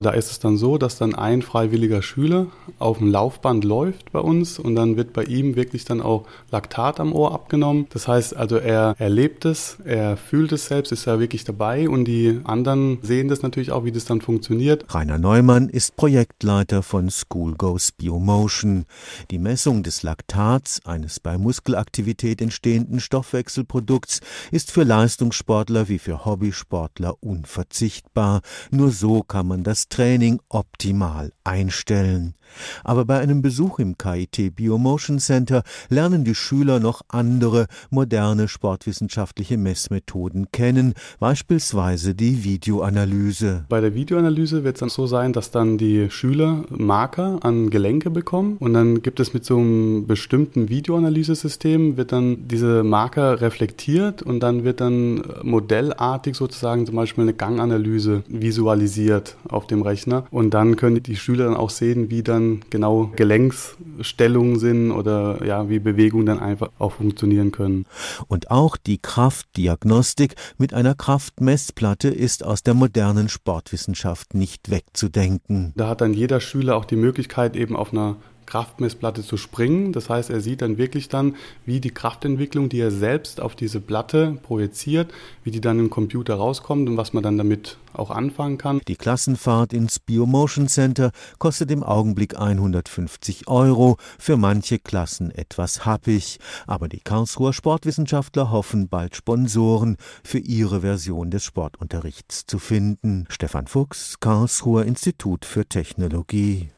Da ist es dann so, dass dann ein freiwilliger Schüler auf dem Laufband läuft bei uns und dann wird bei ihm wirklich dann auch Laktat am Ohr abgenommen. Das heißt also, er erlebt es, er fühlt es selbst, ist ja wirklich dabei und die anderen sehen das natürlich auch, wie das dann funktioniert. Rainer Neumann ist Projektleiter von School Goes Biomotion. Die Messung des Laktats, eines bei Muskelaktivität entstehenden Stoffwechselprodukts, ist für Leistungssportler wie für Hobbysportler unverzichtbar. Nur so kann man das Training optimal einstellen. Aber bei einem Besuch im KIT Biomotion Center lernen die Schüler noch andere, moderne sportwissenschaftliche Messmethoden kennen, beispielsweise die Videoanalyse. Bei der Videoanalyse wird es dann so sein, dass dann die Schüler Marker an Gelenke bekommen und dann gibt es mit so einem bestimmten Videoanalyse-System, wird dann diese Marker reflektiert und dann wird dann modellartig sozusagen zum Beispiel eine Ganganalyse visualisiert auf dem Rechner und dann können die Schüler dann auch sehen, wie dann genau Gelenksstellungen sind oder ja, wie Bewegungen dann einfach auch funktionieren können. Und auch die Kraftdiagnostik mit einer Kraftmessplatte ist aus der modernen Sportwissenschaft nicht wegzudenken. Da hat dann jeder Schüler auch die Möglichkeit, eben auf einer Kraftmessplatte zu springen. Das heißt, er sieht dann wirklich dann, wie die Kraftentwicklung, die er selbst auf diese Platte projiziert, wie die dann im Computer rauskommt und was man dann damit auch anfangen kann. Die Klassenfahrt ins Biomotion Center kostet im Augenblick 150 €, für manche Klassen etwas happig. Aber die Karlsruher Sportwissenschaftler hoffen, bald Sponsoren für ihre Version des Sportunterrichts zu finden. Stefan Fuchs, Karlsruher Institut für Technologie.